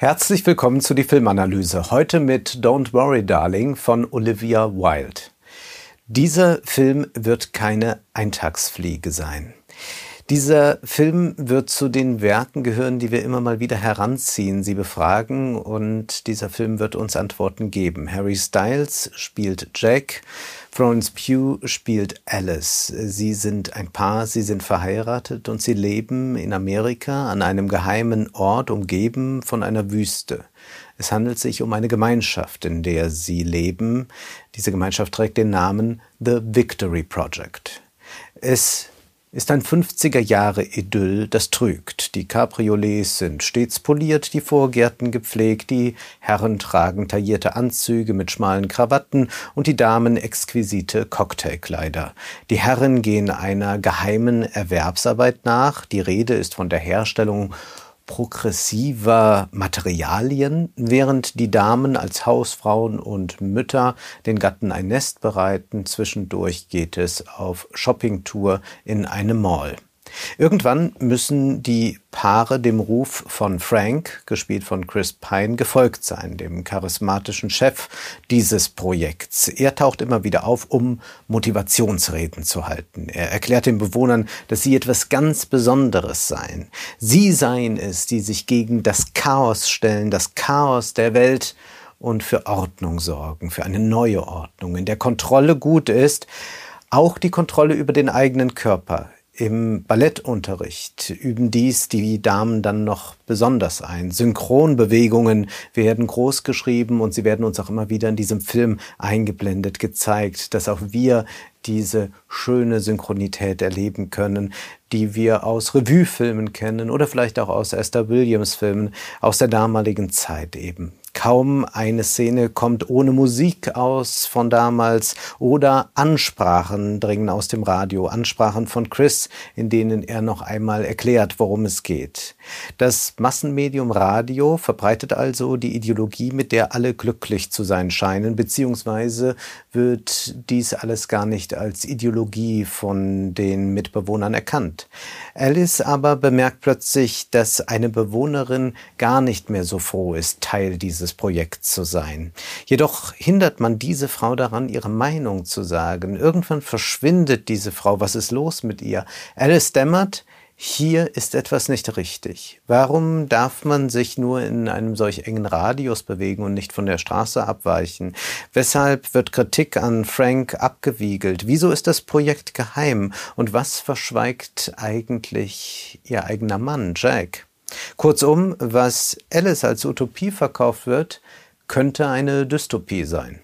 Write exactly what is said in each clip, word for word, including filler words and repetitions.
Herzlich willkommen zu die Filmanalyse. Heute mit Don't Worry Darling von Olivia Wilde. Dieser Film wird keine Eintagsfliege sein. Dieser Film wird zu den Werken gehören, die wir immer mal wieder heranziehen, sie befragen, und dieser Film wird uns Antworten geben. Harry Styles spielt Jack, Florence Pugh spielt Alice. Sie sind ein Paar, sie sind verheiratet und sie leben in Amerika an einem geheimen Ort, umgeben von einer Wüste. Es handelt sich um eine Gemeinschaft, in der sie leben. Diese Gemeinschaft trägt den Namen The Victory Project. Es ist ein fünfziger-Jahre-Idyll, das trügt. Die Cabriolets sind stets poliert, die Vorgärten gepflegt, die Herren tragen taillierte Anzüge mit schmalen Krawatten und die Damen exquisite Cocktailkleider. Die Herren gehen einer geheimen Erwerbsarbeit nach. Die Rede ist von der Herstellung progressiver Materialien, während die Damen als Hausfrauen und Mütter den Gatten ein Nest bereiten. Zwischendurch geht es auf Shoppingtour in eine Mall. Irgendwann müssen die Paare dem Ruf von Frank, gespielt von Chris Pine, gefolgt sein, dem charismatischen Chef dieses Projekts. Er taucht immer wieder auf, um Motivationsreden zu halten. Er erklärt den Bewohnern, dass sie etwas ganz Besonderes seien. Sie seien es, die sich gegen das Chaos stellen, das Chaos der Welt, und für Ordnung sorgen, für eine neue Ordnung, in der Kontrolle gut ist, auch die Kontrolle über den eigenen Körper. Im Ballettunterricht üben dies die Damen dann noch besonders ein. Synchronbewegungen werden großgeschrieben und sie werden uns auch immer wieder in diesem Film eingeblendet gezeigt, dass auch wir diese schöne Synchronität erleben können, die wir aus Revuefilmen kennen oder vielleicht auch aus Esther Williams-Filmen aus der damaligen Zeit eben. Kaum eine Szene kommt ohne Musik aus von damals oder Ansprachen dringen aus dem Radio, Ansprachen von Chris, in denen er noch einmal erklärt, worum es geht. Das Massenmedium Radio verbreitet also die Ideologie, mit der alle glücklich zu sein scheinen, beziehungsweise wird dies alles gar nicht als Ideologie von den Mitbewohnern erkannt. Alice aber bemerkt plötzlich, dass eine Bewohnerin gar nicht mehr so froh ist, Teil dieses Projekts zu sein. Jedoch hindert man diese Frau daran, ihre Meinung zu sagen. Irgendwann verschwindet diese Frau. Was ist los mit ihr? Alice dämmert: Hier ist etwas nicht richtig. Warum darf man sich nur in einem solch engen Radius bewegen und nicht von der Straße abweichen? Weshalb wird Kritik an Frank abgewiegelt? Wieso ist das Projekt geheim? Und was verschweigt eigentlich ihr eigener Mann, Jack? Kurzum, was Alice als Utopie verkauft wird, könnte eine Dystopie sein.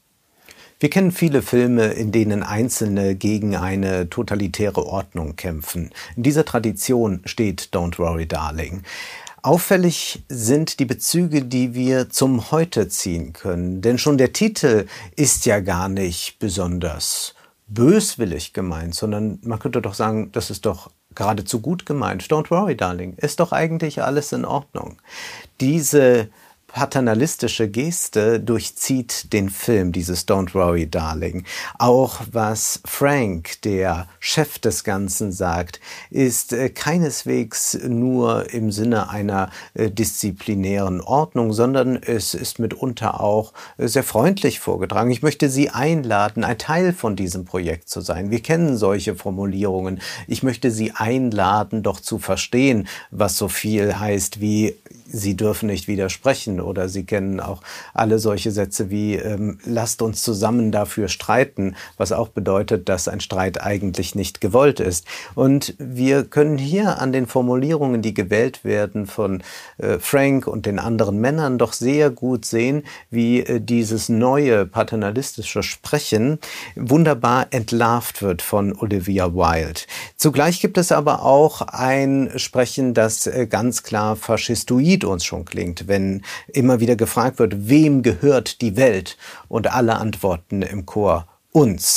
Wir kennen viele Filme, in denen Einzelne gegen eine totalitäre Ordnung kämpfen. In dieser Tradition steht Don't Worry Darling. Auffällig sind die Bezüge, die wir zum Heute ziehen können. Denn schon der Titel ist ja gar nicht besonders böswillig gemeint, sondern man könnte doch sagen, das ist doch geradezu gut gemeint. Don't worry, darling. Ist doch eigentlich alles in Ordnung. Diese paternalistische Geste durchzieht den Film, dieses Don't Worry Darling. Auch was Frank, der Chef des Ganzen, sagt, ist äh, keineswegs nur im Sinne einer äh, disziplinären Ordnung, sondern es ist mitunter auch äh, sehr freundlich vorgetragen. Ich möchte Sie einladen, ein Teil von diesem Projekt zu sein. Wir kennen solche Formulierungen. Ich möchte Sie einladen, doch zu verstehen, was so viel heißt wie: Sie dürfen nicht widersprechen, oder Sie kennen auch alle solche Sätze wie ähm, lasst uns zusammen dafür streiten, was auch bedeutet, dass ein Streit eigentlich nicht gewollt ist. Und wir können hier an den Formulierungen, die gewählt werden von äh, Frank und den anderen Männern, doch sehr gut sehen, wie äh, dieses neue paternalistische Sprechen wunderbar entlarvt wird von Olivia Wilde. Zugleich gibt es aber auch ein Sprechen, das äh, ganz klar faschistoid uns schon klingt, wenn immer wieder gefragt wird, wem gehört die Welt? Und alle antworten im Chor: uns.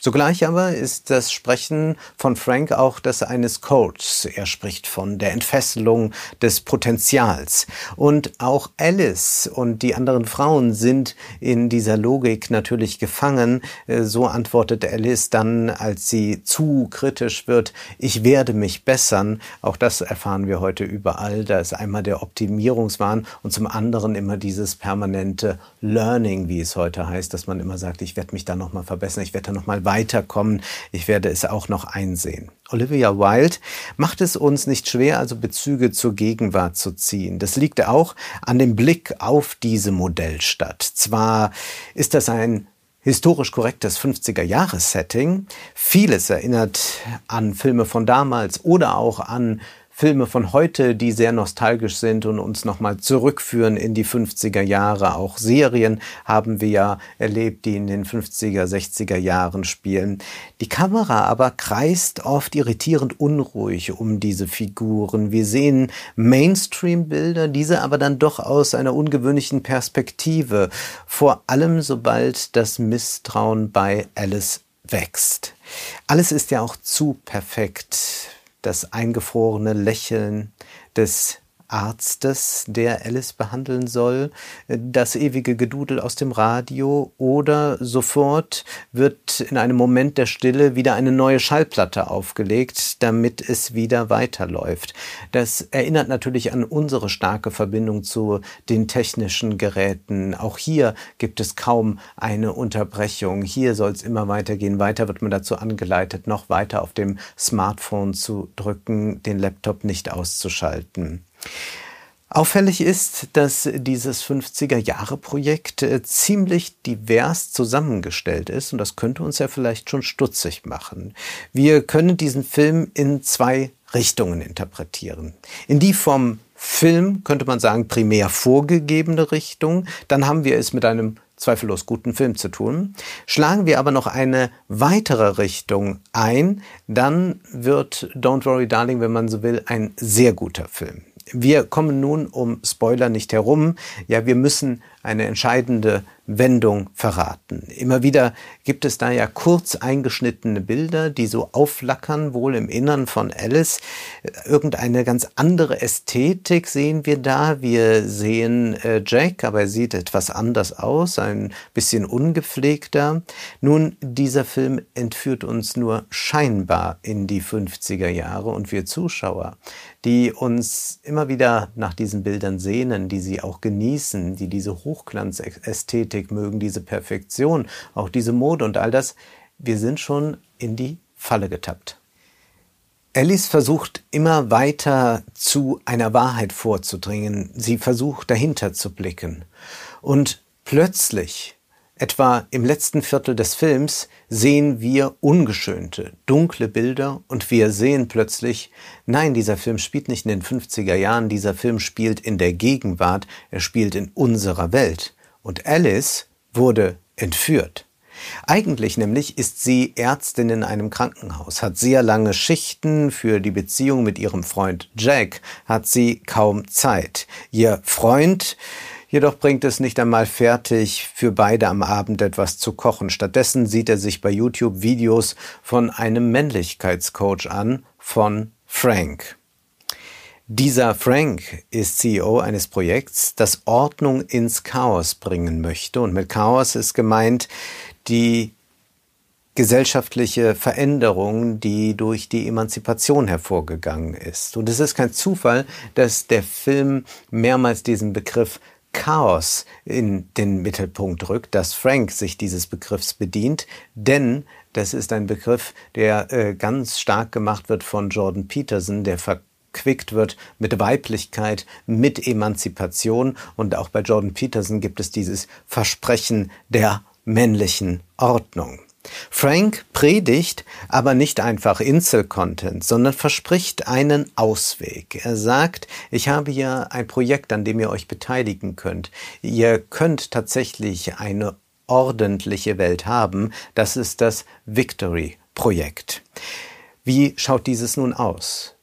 Zugleich aber ist das Sprechen von Frank auch das eines Coaches. Er spricht von der Entfesselung des Potenzials. Und auch Alice und die anderen Frauen sind in dieser Logik natürlich gefangen. So antwortet Alice dann, als sie zu kritisch wird: Ich werde mich bessern. Auch das erfahren wir heute überall. Da ist einmal der Optimierungswahn und zum anderen immer dieses permanente Learning, wie es heute heißt, dass man immer sagt, ich werde mich da nochmal verbessern, ich werde da nochmal weiterkommen, ich werde es auch noch einsehen. Olivia Wilde macht es uns nicht schwer, also Bezüge zur Gegenwart zu ziehen. Das liegt auch an dem Blick auf diese Modellstadt. Zwar ist das ein historisch korrektes fünfziger-Jahres-Setting. Vieles erinnert an Filme von damals oder auch an Filme von heute, die sehr nostalgisch sind und uns nochmal zurückführen in die fünfziger Jahre. Auch Serien haben wir ja erlebt, die in den fünfziger, sechziger Jahren spielen. Die Kamera aber kreist oft irritierend unruhig um diese Figuren. Wir sehen Mainstream-Bilder, diese aber dann doch aus einer ungewöhnlichen Perspektive. Vor allem, sobald das Misstrauen bei Alice wächst. Alles ist ja auch zu perfekt. Das eingefrorene Lächeln des Arztes, der Alice behandeln soll, das ewige Gedudel aus dem Radio oder sofort wird in einem Moment der Stille wieder eine neue Schallplatte aufgelegt, damit es wieder weiterläuft. Das erinnert natürlich an unsere starke Verbindung zu den technischen Geräten. Auch hier gibt es kaum eine Unterbrechung. Hier soll es immer weitergehen. Weiter wird man dazu angeleitet, noch weiter auf dem Smartphone zu drücken, den Laptop nicht auszuschalten. Auffällig ist, dass dieses fünfziger-Jahre-Projekt äh, ziemlich divers zusammengestellt ist und das könnte uns ja vielleicht schon stutzig machen. Wir können diesen Film in zwei Richtungen interpretieren. In die vom Film, könnte man sagen, primär vorgegebene Richtung. Dann haben wir es mit einem zweifellos guten Film zu tun. Schlagen wir aber noch eine weitere Richtung ein, dann wird Don't Worry Darling, wenn man so will, ein sehr guter Film. Wir kommen nun um Spoiler nicht herum. Ja, wir müssen eine entscheidende Wendung verraten. Immer wieder gibt es da ja kurz eingeschnittene Bilder, die so aufflackern, wohl im Innern von Alice. Irgendeine ganz andere Ästhetik sehen wir da. Wir sehen äh, Jack, aber er sieht etwas anders aus, ein bisschen ungepflegter. Nun, dieser Film entführt uns nur scheinbar in die fünfziger Jahre und wir Zuschauer, die uns immer wieder nach diesen Bildern sehnen, die sie auch genießen, die diese Hochglanzästhetik mögen, diese Perfektion, auch diese Mode und all das, wir sind schon in die Falle getappt. Alice versucht immer weiter zu einer Wahrheit vorzudringen, sie versucht dahinter zu blicken und plötzlich, etwa im letzten Viertel des Films, sehen wir ungeschönte, dunkle Bilder und wir sehen plötzlich, nein, dieser Film spielt nicht in den fünfziger Jahren, dieser Film spielt in der Gegenwart, er spielt in unserer Welt. Und Alice wurde entführt. Eigentlich nämlich ist sie Ärztin in einem Krankenhaus, hat sehr lange Schichten, für die Beziehung mit ihrem Freund Jack hat sie kaum Zeit. Ihr Freund jedoch bringt es nicht einmal fertig, für beide am Abend etwas zu kochen. Stattdessen sieht er sich bei YouTube Videos von einem Männlichkeitscoach an, von Frank. Dieser Frank ist C E O eines Projekts, das Ordnung ins Chaos bringen möchte. Und mit Chaos ist gemeint die gesellschaftliche Veränderung, die durch die Emanzipation hervorgegangen ist. Und es ist kein Zufall, dass der Film mehrmals diesen Begriff Chaos in den Mittelpunkt rückt, dass Frank sich dieses Begriffs bedient, denn das ist ein Begriff, der äh, ganz stark gemacht wird von Jordan Peterson, der verquickt wird mit Weiblichkeit, mit Emanzipation und auch bei Jordan Peterson gibt es dieses Versprechen der männlichen Ordnung. Frank predigt aber nicht einfach Incel-Content, sondern verspricht einen Ausweg. Er sagt, ich habe hier ein Projekt, an dem ihr euch beteiligen könnt. Ihr könnt tatsächlich eine ordentliche Welt haben. Das ist das Victory-Projekt. Wie schaut dieses nun aus?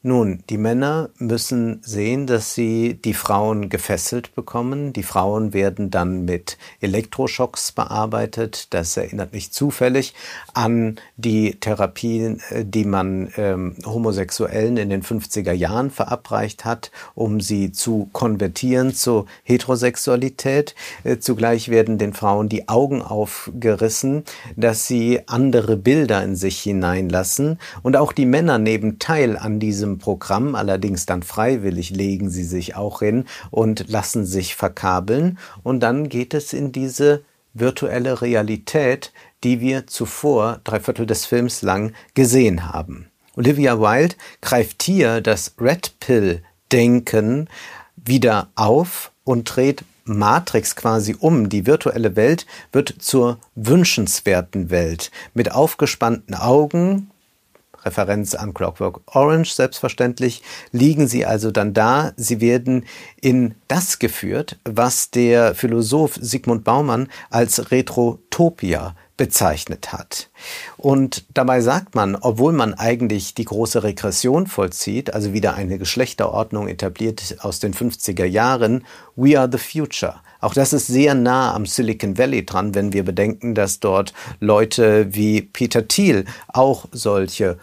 Nun, die Männer müssen sehen, dass sie die Frauen gefesselt bekommen. Die Frauen werden dann mit Elektroschocks bearbeitet. Das erinnert mich zufällig an die Therapien, die man ähm, Homosexuellen in den fünfziger Jahren verabreicht hat, um sie zu konvertieren zur Heterosexualität. Äh, zugleich werden den Frauen die Augen aufgerissen, dass sie andere Bilder in sich hineinlassen. Und auch die Männer nehmen teil an diesem Programm, allerdings dann freiwillig legen sie sich auch hin und lassen sich verkabeln. Und dann geht es in diese virtuelle Realität, die wir zuvor drei Viertel des Films lang gesehen haben. Olivia Wilde greift hier das Red Pill-Denken wieder auf und dreht Matrix quasi um. Die virtuelle Welt wird zur wünschenswerten Welt mit aufgespannten Augen, Referenz an Clockwork Orange selbstverständlich, liegen sie also dann da. Sie werden in das geführt, was der Philosoph Zygmunt Bauman als Retrotopia bezeichnet hat. Und dabei sagt man, obwohl man eigentlich die große Regression vollzieht, also wieder eine Geschlechterordnung etabliert aus den fünfziger Jahren, we are the future. Auch das ist sehr nah am Silicon Valley dran, wenn wir bedenken, dass dort Leute wie Peter Thiel auch solche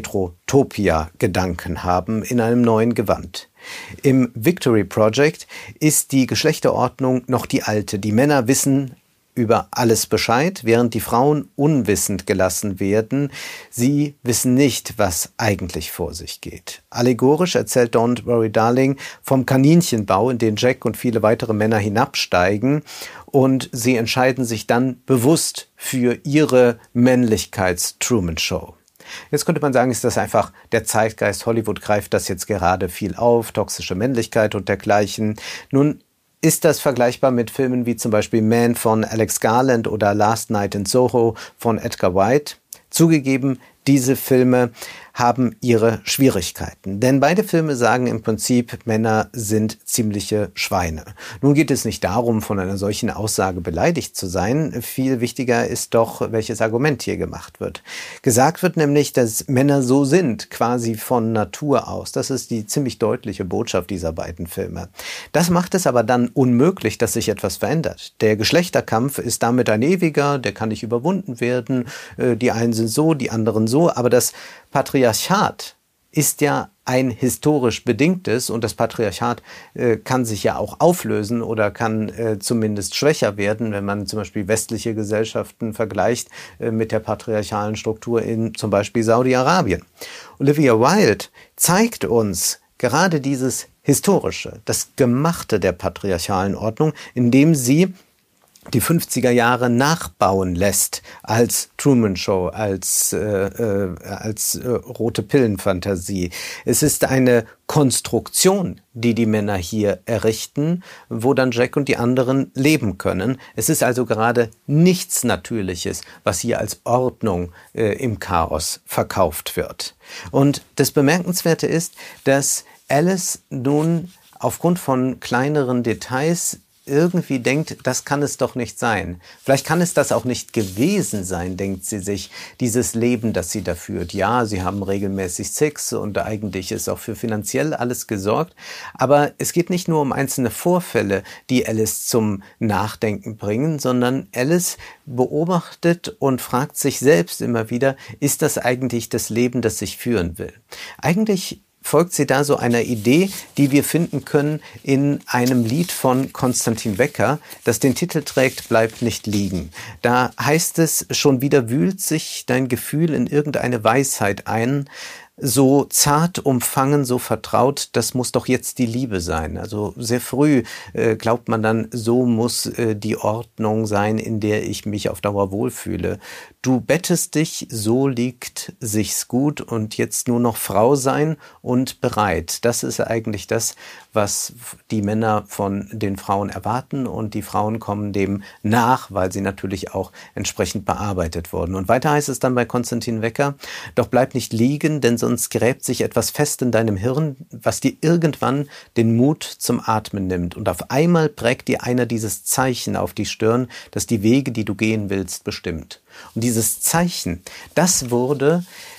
Retrotopia-Gedanken haben in einem neuen Gewand. Im Victory Project ist die Geschlechterordnung noch die alte. Die Männer wissen über alles Bescheid, während die Frauen unwissend gelassen werden. Sie wissen nicht, was eigentlich vor sich geht. Allegorisch erzählt Don't Worry Darling vom Kaninchenbau, in den Jack und viele weitere Männer hinabsteigen, und sie entscheiden sich dann bewusst für ihre Männlichkeits-Truman-Show. Jetzt könnte man sagen, ist das einfach der Zeitgeist. Hollywood greift das jetzt gerade viel auf, toxische Männlichkeit und dergleichen. Nun ist das vergleichbar mit Filmen wie zum Beispiel Man von Alex Garland oder Last Night in Soho von Edgar Wright? Zugegeben, diese Filme haben ihre Schwierigkeiten. Denn beide Filme sagen im Prinzip, Männer sind ziemliche Schweine. Nun geht es nicht darum, von einer solchen Aussage beleidigt zu sein. Viel wichtiger ist doch, welches Argument hier gemacht wird. Gesagt wird nämlich, dass Männer so sind, quasi von Natur aus. Das ist die ziemlich deutliche Botschaft dieser beiden Filme. Das macht es aber dann unmöglich, dass sich etwas verändert. Der Geschlechterkampf ist damit ein ewiger, der kann nicht überwunden werden. Die einen sind so, die anderen so, aber das Patriarchat ist ja ein historisch bedingtes, und das Patriarchat äh, kann sich ja auch auflösen oder kann äh, zumindest schwächer werden, wenn man zum Beispiel westliche Gesellschaften vergleicht äh, mit der patriarchalen Struktur in zum Beispiel Saudi-Arabien. Olivia Wilde zeigt uns gerade dieses Historische, das Gemachte der patriarchalen Ordnung, indem sie die fünfziger Jahre nachbauen lässt als Truman Show, als, äh, äh, als äh, rote Pillenfantasie. Es ist eine Konstruktion, die die Männer hier errichten, wo dann Jack und die anderen leben können. Es ist also gerade nichts Natürliches, was hier als Ordnung äh, im Chaos verkauft wird. Und das Bemerkenswerte ist, dass Alice nun aufgrund von kleineren Details irgendwie denkt, das kann es doch nicht sein. Vielleicht kann es das auch nicht gewesen sein, denkt sie sich, dieses Leben, das sie da führt. Ja, sie haben regelmäßig Sex und eigentlich ist auch für finanziell alles gesorgt. Aber es geht nicht nur um einzelne Vorfälle, die Alice zum Nachdenken bringen, sondern Alice beobachtet und fragt sich selbst immer wieder, ist das eigentlich das Leben, das ich führen will? Eigentlich folgt sie da so einer Idee, die wir finden können in einem Lied von Konstantin Wecker, das den Titel trägt, Bleib nicht liegen. Da heißt es, schon wieder wühlt sich dein Gefühl in irgendeine Weisheit ein, so zart umfangen, so vertraut, das muss doch jetzt die Liebe sein. Also sehr früh äh, glaubt man dann, so muss äh, die Ordnung sein, in der ich mich auf Dauer wohlfühle. Du bettest dich, so liegt sich's gut, und jetzt nur noch Frau sein und bereit. Das ist eigentlich das, was die Männer von den Frauen erwarten, und die Frauen kommen dem nach, weil sie natürlich auch entsprechend bearbeitet wurden. Und weiter heißt es dann bei Konstantin Wecker, doch bleib nicht liegen, denn sonst gräbt sich etwas fest in deinem Hirn, was dir irgendwann den Mut zum Atmen nimmt. Und auf einmal prägt dir einer dieses Zeichen auf die Stirn, das die Wege, die du gehen willst, bestimmt. Und dieses Zeichen, das wurde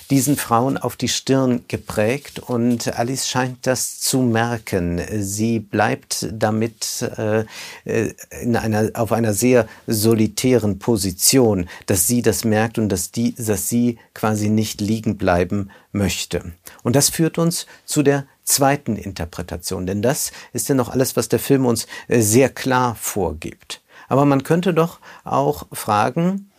diesen Frauen auf die Stirn geprägt und Alice scheint das zu merken. Sie bleibt damit äh, in einer, auf einer sehr solitären Position, dass sie das merkt und dass, die, dass sie quasi nicht liegen bleiben möchte. Und das führt uns zu der zweiten Interpretation, denn das ist ja noch alles, was der Film uns äh, sehr klar vorgibt. Aber man könnte doch auch fragen,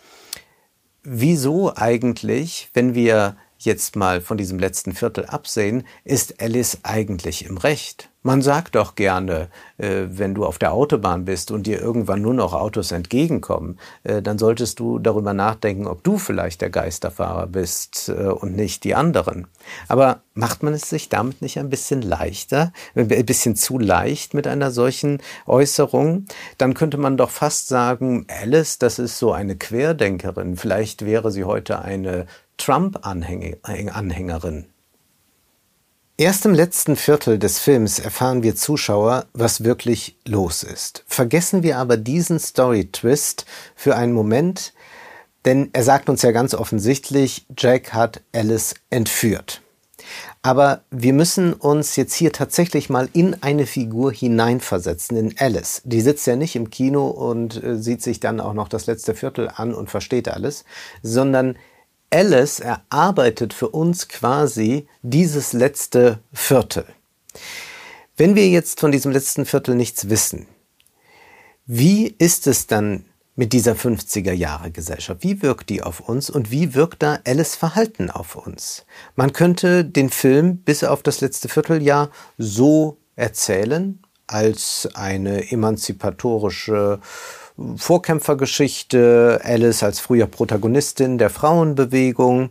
wieso eigentlich, wenn wir jetzt mal von diesem letzten Viertel absehen, ist Alice eigentlich im Recht? Man sagt doch gerne, äh, wenn du auf der Autobahn bist und dir irgendwann nur noch Autos entgegenkommen, äh, dann solltest du darüber nachdenken, ob du vielleicht der Geisterfahrer bist äh, und nicht die anderen. Aber macht man es sich damit nicht ein bisschen leichter, ein bisschen zu leicht mit einer solchen Äußerung? Dann könnte man doch fast sagen, Alice, das ist so eine Querdenkerin. Vielleicht wäre sie heute eine Trump-Anhängerin. Erst im letzten Viertel des Films erfahren wir Zuschauer, was wirklich los ist. Vergessen wir aber diesen Story-Twist für einen Moment, denn er sagt uns ja ganz offensichtlich, Jack hat Alice entführt. Aber wir müssen uns jetzt hier tatsächlich mal in eine Figur hineinversetzen, in Alice. Die sitzt ja nicht im Kino und äh, sieht sich dann auch noch das letzte Viertel an und versteht alles, sondern Alice erarbeitet für uns quasi dieses letzte Viertel. Wenn wir jetzt von diesem letzten Viertel nichts wissen, wie ist es dann mit dieser fünfziger-Jahre-Gesellschaft? Wie wirkt die auf uns und wie wirkt da Alice Verhalten auf uns? Man könnte den Film bis auf das letzte Vierteljahr so erzählen, als eine emanzipatorische Vorkämpfergeschichte, Alice als früher Protagonistin der Frauenbewegung.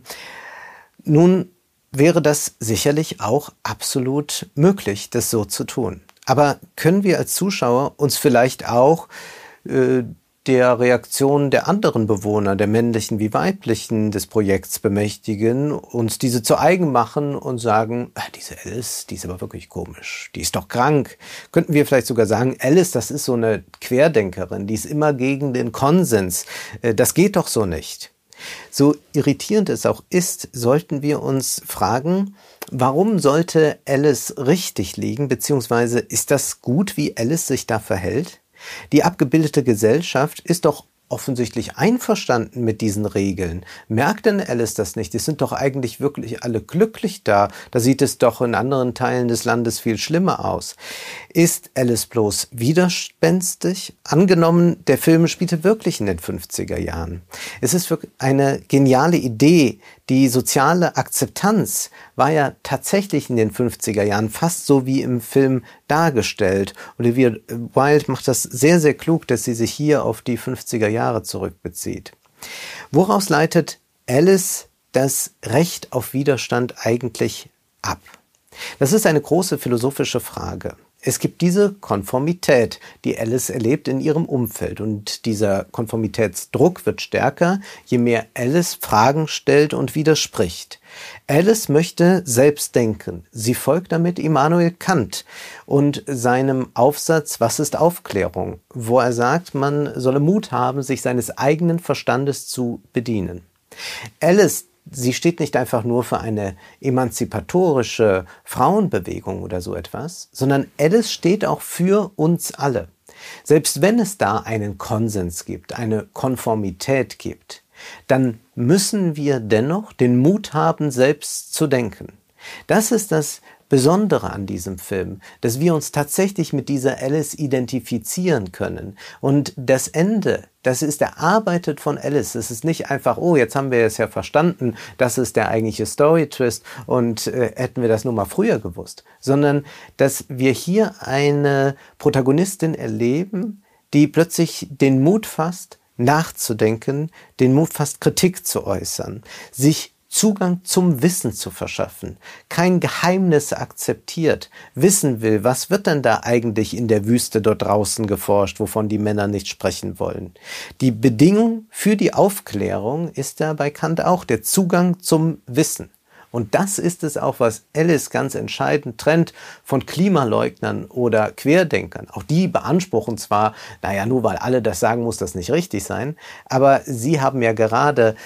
Nun wäre das sicherlich auch absolut möglich, das so zu tun. Aber können wir als Zuschauer uns vielleicht auch äh, der Reaktion der anderen Bewohner, der männlichen wie weiblichen des Projekts bemächtigen, uns diese zu eigen machen und sagen, ah, diese Alice, die ist aber wirklich komisch, die ist doch krank. Könnten wir vielleicht sogar sagen, Alice, das ist so eine Querdenkerin, die ist immer gegen den Konsens, das geht doch so nicht. So irritierend es auch ist, sollten wir uns fragen, warum sollte Alice richtig liegen, beziehungsweise ist das gut, wie Alice sich da verhält? Die abgebildete Gesellschaft ist doch offensichtlich einverstanden mit diesen Regeln. Merkt denn Alice das nicht? Die sind doch eigentlich wirklich alle glücklich da. Da sieht es doch in anderen Teilen des Landes viel schlimmer aus. Ist Alice bloß widerspenstig? Angenommen, der Film spielte wirklich in den fünfziger Jahren. Es ist wirklich eine geniale Idee. Die soziale Akzeptanz war ja tatsächlich in den fünfziger Jahren fast so wie im Film dargestellt. Olivia Wilde macht das sehr, sehr klug, dass sie sich hier auf die fünfziger Jahre zurückbezieht. Woraus leitet Alice das Recht auf Widerstand eigentlich ab? Das ist eine große philosophische Frage. Es gibt diese Konformität, die Alice erlebt in ihrem Umfeld. Und dieser Konformitätsdruck wird stärker, je mehr Alice Fragen stellt und widerspricht. Alice möchte selbst denken. Sie folgt damit Immanuel Kant und seinem Aufsatz Was ist Aufklärung?, wo er sagt, man solle Mut haben, sich seines eigenen Verstandes zu bedienen. Alice, sie steht nicht einfach nur für eine emanzipatorische Frauenbewegung oder so etwas, sondern Alice steht auch für uns alle. Selbst wenn es da einen Konsens gibt, eine Konformität gibt, dann müssen wir dennoch den Mut haben, selbst zu denken. Das ist das Besondere an diesem Film, dass wir uns tatsächlich mit dieser Alice identifizieren können. Und das Ende, das ist erarbeitet von Alice. Es ist nicht einfach, oh, jetzt haben wir es ja verstanden, das ist der eigentliche Story-Twist und äh, hätten wir das nur mal früher gewusst. Sondern, dass wir hier eine Protagonistin erleben, die plötzlich den Mut fasst, nachzudenken, den Mut fasst, Kritik zu äußern, sich Zugang zum Wissen zu verschaffen, kein Geheimnis akzeptiert, wissen will, was wird denn da eigentlich in der Wüste dort draußen geforscht, wovon die Männer nicht sprechen wollen. Die Bedingung für die Aufklärung ist da bei Kant auch der Zugang zum Wissen. Und das ist es auch, was Alice ganz entscheidend trennt von Klimaleugnern oder Querdenkern. Auch die beanspruchen zwar, naja, nur weil alle das sagen, muss das nicht richtig sein, aber sie haben ja gerade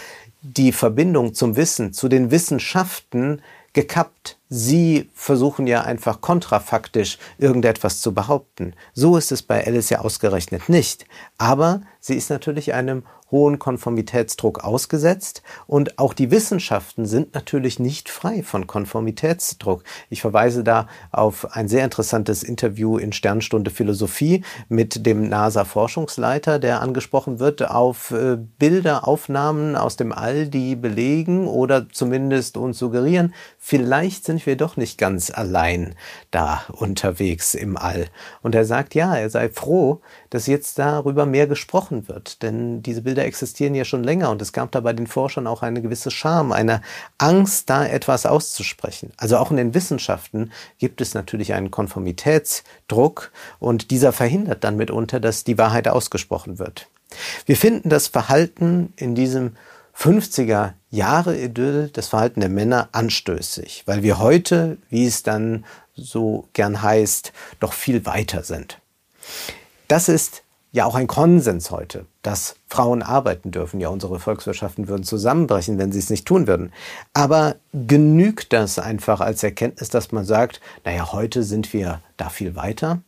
die Verbindung zum Wissen, zu den Wissenschaften gekappt. Sie versuchen ja einfach kontrafaktisch irgendetwas zu behaupten. So ist es bei Alice ja ausgerechnet nicht. Aber sie ist natürlich einem hohen Konformitätsdruck ausgesetzt und auch die Wissenschaften sind natürlich nicht frei von Konformitätsdruck. Ich verweise da auf ein sehr interessantes Interview in Sternstunde Philosophie mit dem NASA-Forschungsleiter, der angesprochen wird auf äh, Bilder, Aufnahmen aus dem All, die belegen oder zumindest uns suggerieren, vielleicht sind wir doch nicht ganz allein da unterwegs im All. Und er sagt, ja, er sei froh, dass jetzt darüber mehr gesprochen wird, denn diese Bilder existieren ja schon länger und es gab da bei den Forschern auch eine gewisse Scham, eine Angst, da etwas auszusprechen. Also auch in den Wissenschaften gibt es natürlich einen Konformitätsdruck und dieser verhindert dann mitunter, dass die Wahrheit ausgesprochen wird. Wir finden das Verhalten in diesem fünfziger Jahre Idyll, das Verhalten der Männer anstößig, weil wir heute, wie es dann so gern heißt, doch viel weiter sind. Das ist ja auch ein Konsens heute, dass Frauen arbeiten dürfen. Ja, unsere Volkswirtschaften würden zusammenbrechen, wenn sie es nicht tun würden. Aber genügt das einfach als Erkenntnis, dass man sagt, naja, heute sind wir da viel weiter?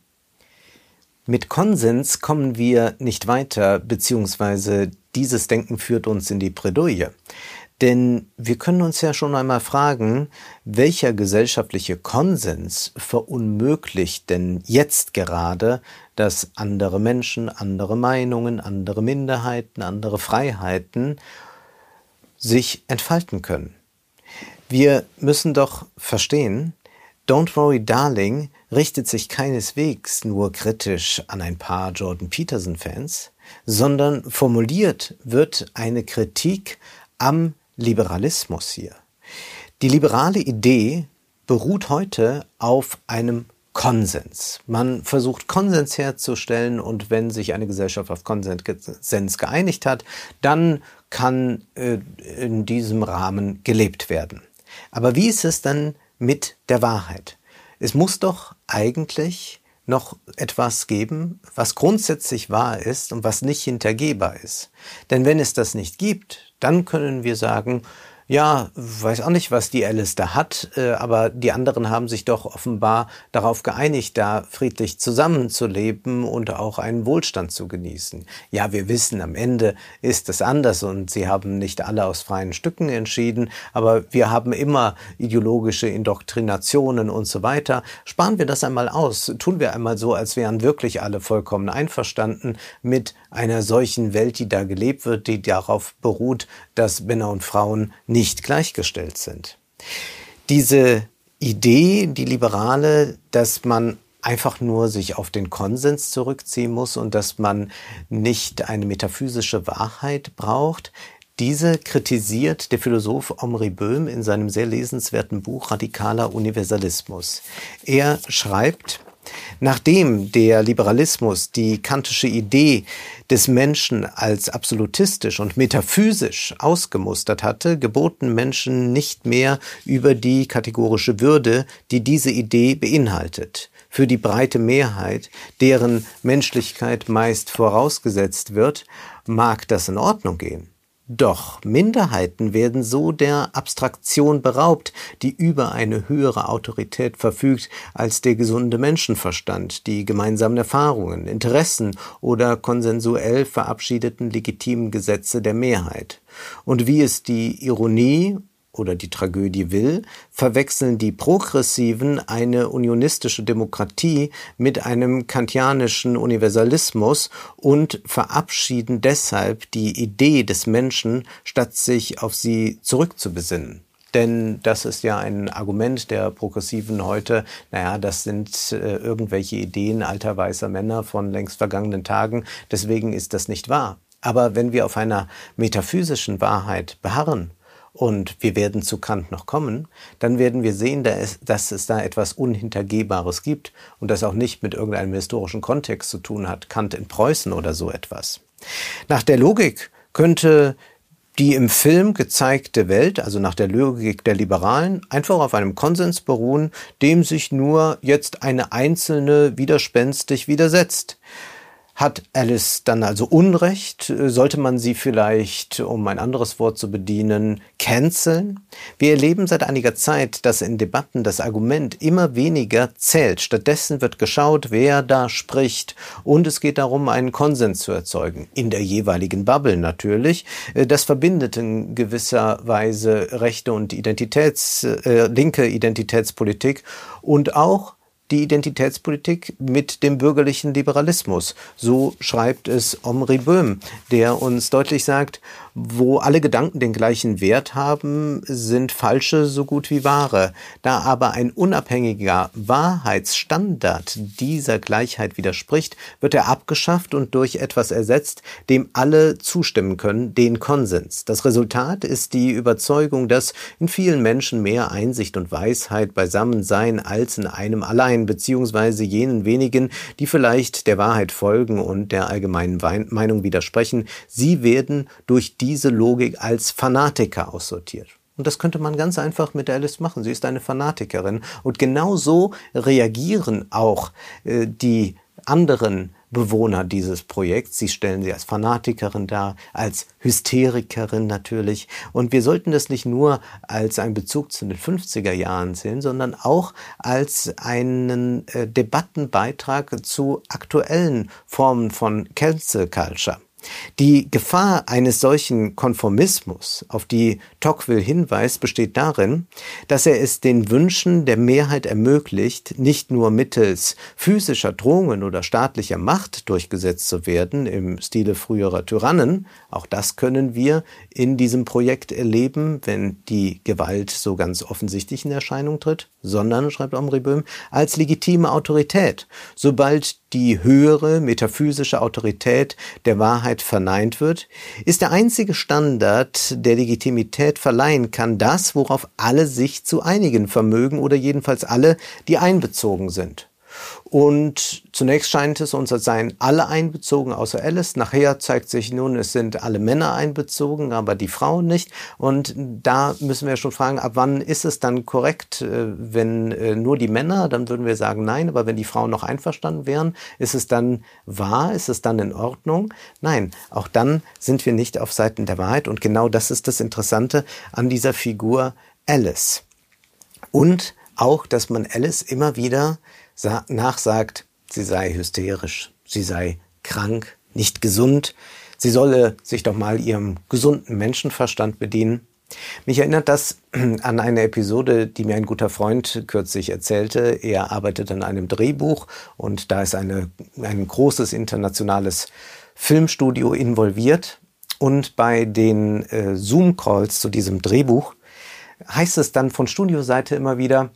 Mit Konsens kommen wir nicht weiter, beziehungsweise dieses Denken führt uns in die Bredouille. Denn wir können uns ja schon einmal fragen, welcher gesellschaftliche Konsens verunmöglicht denn jetzt gerade, dass andere Menschen, andere Meinungen, andere Minderheiten, andere Freiheiten sich entfalten können. Wir müssen doch verstehen, Don't Worry Darling richtet sich keineswegs nur kritisch an ein paar Jordan Peterson-Fans, sondern formuliert wird eine Kritik am Liberalismus hier. Die liberale Idee beruht heute auf einem Konsens. Man versucht Konsens herzustellen und wenn sich eine Gesellschaft auf Konsens geeinigt hat, dann kann äh, in diesem Rahmen gelebt werden. Aber wie ist es dann mit der Wahrheit? Es muss doch eigentlich noch etwas geben, was grundsätzlich wahr ist und was nicht hintergehbar ist. Denn wenn es das nicht gibt, dann können wir sagen, ja, weiß auch nicht, was die Alice da hat, äh, aber die anderen haben sich doch offenbar darauf geeinigt, da friedlich zusammenzuleben und auch einen Wohlstand zu genießen. Ja, wir wissen, am Ende ist es anders und sie haben nicht alle aus freien Stücken entschieden, aber wir haben immer ideologische Indoktrinationen und so weiter. Sparen wir das einmal aus, tun wir einmal so, als wären wirklich alle vollkommen einverstanden mit einer solchen Welt, die da gelebt wird, die darauf beruht, dass Männer und Frauen nicht gleichgestellt sind. Diese Idee, die liberale, dass man einfach nur sich auf den Konsens zurückziehen muss und dass man nicht eine metaphysische Wahrheit braucht, diese kritisiert der Philosoph Omri Böhm in seinem sehr lesenswerten Buch Radikaler Universalismus. Er schreibt, nachdem der Liberalismus die kantische Idee des Menschen als absolutistisch und metaphysisch ausgemustert hatte, geboten Menschen nicht mehr über die kategorische Würde, die diese Idee beinhaltet. Für die breite Mehrheit, deren Menschlichkeit meist vorausgesetzt wird, mag das in Ordnung gehen. Doch Minderheiten werden so der Abstraktion beraubt, die über eine höhere Autorität verfügt als der gesunde Menschenverstand, die gemeinsamen Erfahrungen, Interessen oder konsensuell verabschiedeten legitimen Gesetze der Mehrheit. Und wie es die Ironie oder die Tragödie will, verwechseln die Progressiven eine unionistische Demokratie mit einem kantianischen Universalismus und verabschieden deshalb die Idee des Menschen, statt sich auf sie zurückzubesinnen. Denn das ist ja ein Argument der Progressiven heute, naja, das sind äh, irgendwelche Ideen alter weißer Männer von längst vergangenen Tagen, deswegen ist das nicht wahr. Aber wenn wir auf einer metaphysischen Wahrheit beharren, und wir werden zu Kant noch kommen, dann werden wir sehen, dass es da etwas Unhintergehbares gibt und das auch nicht mit irgendeinem historischen Kontext zu tun hat, Kant in Preußen oder so etwas. Nach der Logik könnte die im Film gezeigte Welt, also nach der Logik der Liberalen, einfach auf einem Konsens beruhen, dem sich nur jetzt eine einzelne widerspenstig widersetzt. Hat Alice dann also Unrecht? Sollte man sie vielleicht, um ein anderes Wort zu bedienen, canceln? Wir erleben seit einiger Zeit, dass in Debatten das Argument immer weniger zählt. Stattdessen wird geschaut, wer da spricht. Und es geht darum, einen Konsens zu erzeugen. In der jeweiligen Bubble natürlich. Das verbindet in gewisser Weise rechte und Identitäts, äh, linke Identitätspolitik und auch die Identitätspolitik mit dem bürgerlichen Liberalismus. So schreibt es Omri Böhm, der uns deutlich sagt, wo alle Gedanken den gleichen Wert haben, sind falsche so gut wie wahre. Da aber ein unabhängiger Wahrheitsstandard dieser Gleichheit widerspricht, wird er abgeschafft und durch etwas ersetzt, dem alle zustimmen können, den Konsens. Das Resultat ist die Überzeugung, dass in vielen Menschen mehr Einsicht und Weisheit beisammen seien als in einem allein, beziehungsweise jenen wenigen, die vielleicht der Wahrheit folgen und der allgemeinen Meinung widersprechen. Sie werden durch diese Logik als Fanatiker aussortiert. Und das könnte man ganz einfach mit Alice machen. Sie ist eine Fanatikerin. Und genau so reagieren auch äh, die anderen Bewohner dieses Projekts. Sie stellen sie als Fanatikerin dar, als Hysterikerin natürlich. Und wir sollten das nicht nur als einen Bezug zu den fünfziger Jahren sehen, sondern auch als einen äh, Debattenbeitrag zu aktuellen Formen von Cancel Culture. Die Gefahr eines solchen Konformismus, auf die Tocqueville hinweist, besteht darin, dass er es den Wünschen der Mehrheit ermöglicht, nicht nur mittels physischer Drohungen oder staatlicher Macht durchgesetzt zu werden, im Stile früherer Tyrannen, auch das können wir in diesem Projekt erleben, wenn die Gewalt so ganz offensichtlich in Erscheinung tritt, sondern, schreibt Omri Böhm, als legitime Autorität. Sobald die höhere metaphysische Autorität der Wahrheit verneint wird, ist der einzige Standard, der Legitimität verleihen kann, das, worauf alle sich zu einigen vermögen oder jedenfalls alle, die einbezogen sind. Und zunächst scheint es uns, als seien alle einbezogen, außer Alice. Nachher zeigt sich nun, es sind alle Männer einbezogen, aber die Frauen nicht. Und da müssen wir schon fragen, ab wann ist es dann korrekt, wenn nur die Männer, dann würden wir sagen nein, aber wenn die Frauen noch einverstanden wären, ist es dann wahr, ist es dann in Ordnung? Nein, auch dann sind wir nicht auf Seiten der Wahrheit. Und genau das ist das Interessante an dieser Figur Alice. Und auch, dass man Alice immer wieder nachsagt, sie sei hysterisch, sie sei krank, nicht gesund, sie solle sich doch mal ihrem gesunden Menschenverstand bedienen. Mich erinnert das an eine Episode, die mir ein guter Freund kürzlich erzählte. Er arbeitet an einem Drehbuch und da ist eine, ein großes internationales Filmstudio involviert. Und bei den äh, Zoom-Calls zu diesem Drehbuch heißt es dann von Studioseite immer wieder,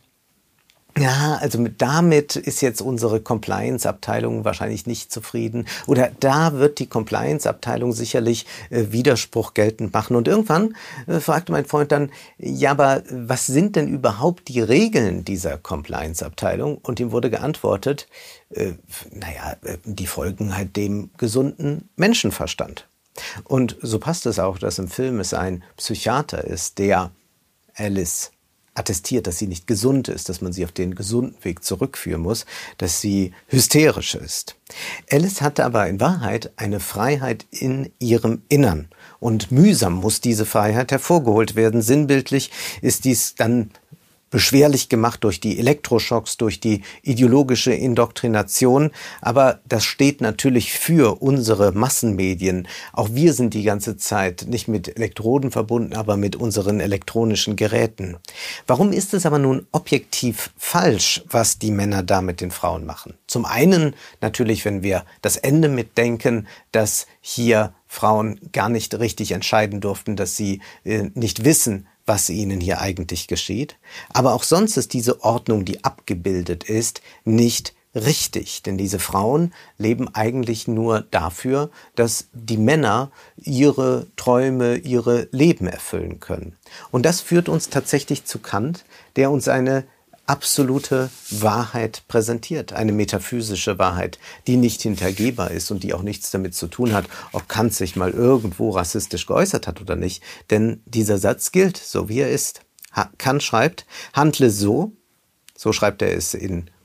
ja, also damit ist jetzt unsere Compliance-Abteilung wahrscheinlich nicht zufrieden. Oder da wird die Compliance-Abteilung sicherlich äh, Widerspruch geltend machen. Und irgendwann äh, fragte mein Freund dann, ja, aber was sind denn überhaupt die Regeln dieser Compliance-Abteilung? Und ihm wurde geantwortet, äh, naja, die folgen halt dem gesunden Menschenverstand. Und so passt es auch, dass im Film es ein Psychiater ist, der Alice attestiert, dass sie nicht gesund ist, dass man sie auf den gesunden Weg zurückführen muss, dass sie hysterisch ist. Alice hatte aber in Wahrheit eine Freiheit in ihrem Innern. Und mühsam muss diese Freiheit hervorgeholt werden. Sinnbildlich ist dies dann beschwerlich gemacht durch die Elektroschocks, durch die ideologische Indoktrination. Aber das steht natürlich für unsere Massenmedien. Auch wir sind die ganze Zeit nicht mit Elektroden verbunden, aber mit unseren elektronischen Geräten. Warum ist es aber nun objektiv falsch, was die Männer da mit den Frauen machen? Zum einen natürlich, wenn wir das Ende mitdenken, dass hier Frauen gar nicht richtig entscheiden durften, dass sie äh, nicht wissen, was ihnen hier eigentlich geschieht. Aber auch sonst ist diese Ordnung, die abgebildet ist, nicht richtig. Denn diese Frauen leben eigentlich nur dafür, dass die Männer ihre Träume, ihre Leben erfüllen können. Und das führt uns tatsächlich zu Kant, der uns eine absolute Wahrheit präsentiert, eine metaphysische Wahrheit, die nicht hintergehbar ist und die auch nichts damit zu tun hat, ob Kant sich mal irgendwo rassistisch geäußert hat oder nicht. Denn dieser Satz gilt, so wie er ist. Kant schreibt, handle so, so schreibt er es in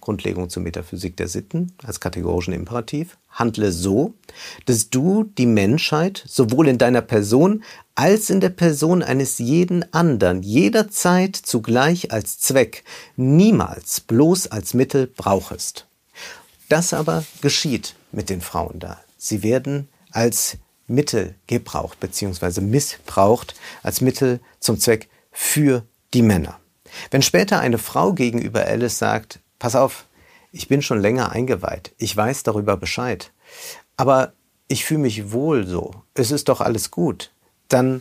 Grundlegung zur Metaphysik der Sitten als kategorischen Imperativ. Handle so, dass du die Menschheit sowohl in deiner Person als in der Person eines jeden anderen jederzeit zugleich als Zweck, niemals bloß als Mittel brauchest. Das aber geschieht mit den Frauen da. Sie werden als Mittel gebraucht bzw. missbraucht, als Mittel zum Zweck für die Männer. Wenn später eine Frau gegenüber Alice sagt, pass auf, ich bin schon länger eingeweiht, ich weiß darüber Bescheid, aber ich fühle mich wohl so, es ist doch alles gut, dann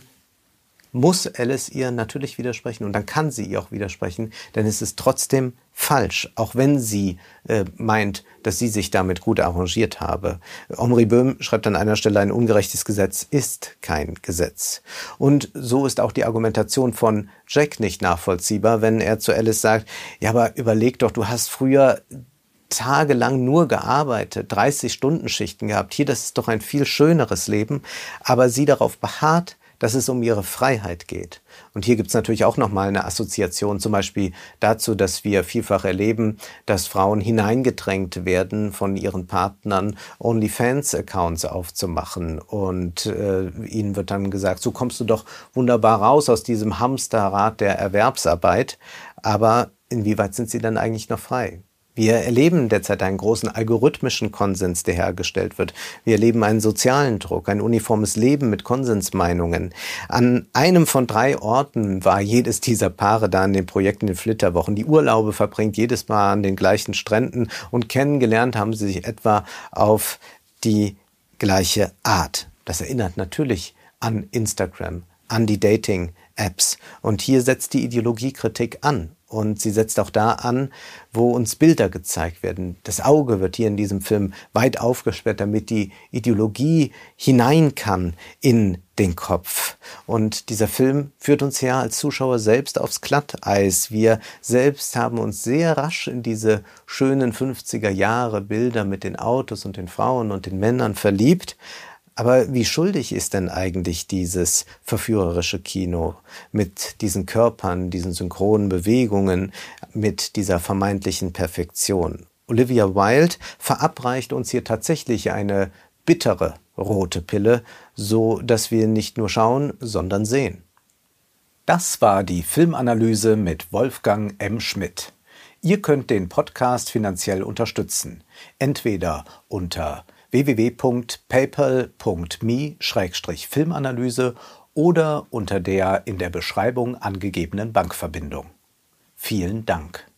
muss Alice ihr natürlich widersprechen und dann kann sie ihr auch widersprechen, denn es ist trotzdem falsch, auch wenn sie äh, meint, dass sie sich damit gut arrangiert habe. Omri Böhm schreibt an einer Stelle, ein ungerechtes Gesetz ist kein Gesetz. Und so ist auch die Argumentation von Jack nicht nachvollziehbar, wenn er zu Alice sagt, ja, aber überleg doch, du hast früher tagelang nur gearbeitet, dreißig-Stunden-Schichten gehabt, hier, das ist doch ein viel schöneres Leben, aber sie darauf beharrt, dass es um ihre Freiheit geht. Und hier gibt es natürlich auch nochmal eine Assoziation zum Beispiel dazu, dass wir vielfach erleben, dass Frauen hineingedrängt werden, von ihren Partnern OnlyFans-Accounts aufzumachen. Und äh, ihnen wird dann gesagt, so kommst du doch wunderbar raus aus diesem Hamsterrad der Erwerbsarbeit. Aber inwieweit sind sie dann eigentlich noch frei? Wir erleben derzeit einen großen algorithmischen Konsens, der hergestellt wird. Wir erleben einen sozialen Druck, ein uniformes Leben mit Konsensmeinungen. An einem von drei Orten war jedes dieser Paare da in den Projekten in den Flitterwochen. Die Urlaube verbringt jedes Mal an den gleichen Stränden und kennengelernt haben sie sich etwa auf die gleiche Art. Das erinnert natürlich an Instagram, an die Dating-Apps. Und hier setzt die Ideologiekritik an. Und sie setzt auch da an, wo uns Bilder gezeigt werden. Das Auge wird hier in diesem Film weit aufgesperrt, damit die Ideologie hinein kann in den Kopf. Und dieser Film führt uns ja als Zuschauer selbst aufs Glatteis. Wir selbst haben uns sehr rasch in diese schönen fünfziger Jahre Bilder mit den Autos und den Frauen und den Männern verliebt. Aber wie schuldig ist denn eigentlich dieses verführerische Kino mit diesen Körpern, diesen synchronen Bewegungen, mit dieser vermeintlichen Perfektion? Olivia Wilde verabreicht uns hier tatsächlich eine bittere rote Pille, so dass wir nicht nur schauen, sondern sehen. Das war die Filmanalyse mit Wolfgang M. Schmidt. Ihr könnt den Podcast finanziell unterstützen, entweder unter w w w punkt paypal punkt me Schrägstrich Filmanalyse oder unter der in der Beschreibung angegebenen Bankverbindung. Vielen Dank.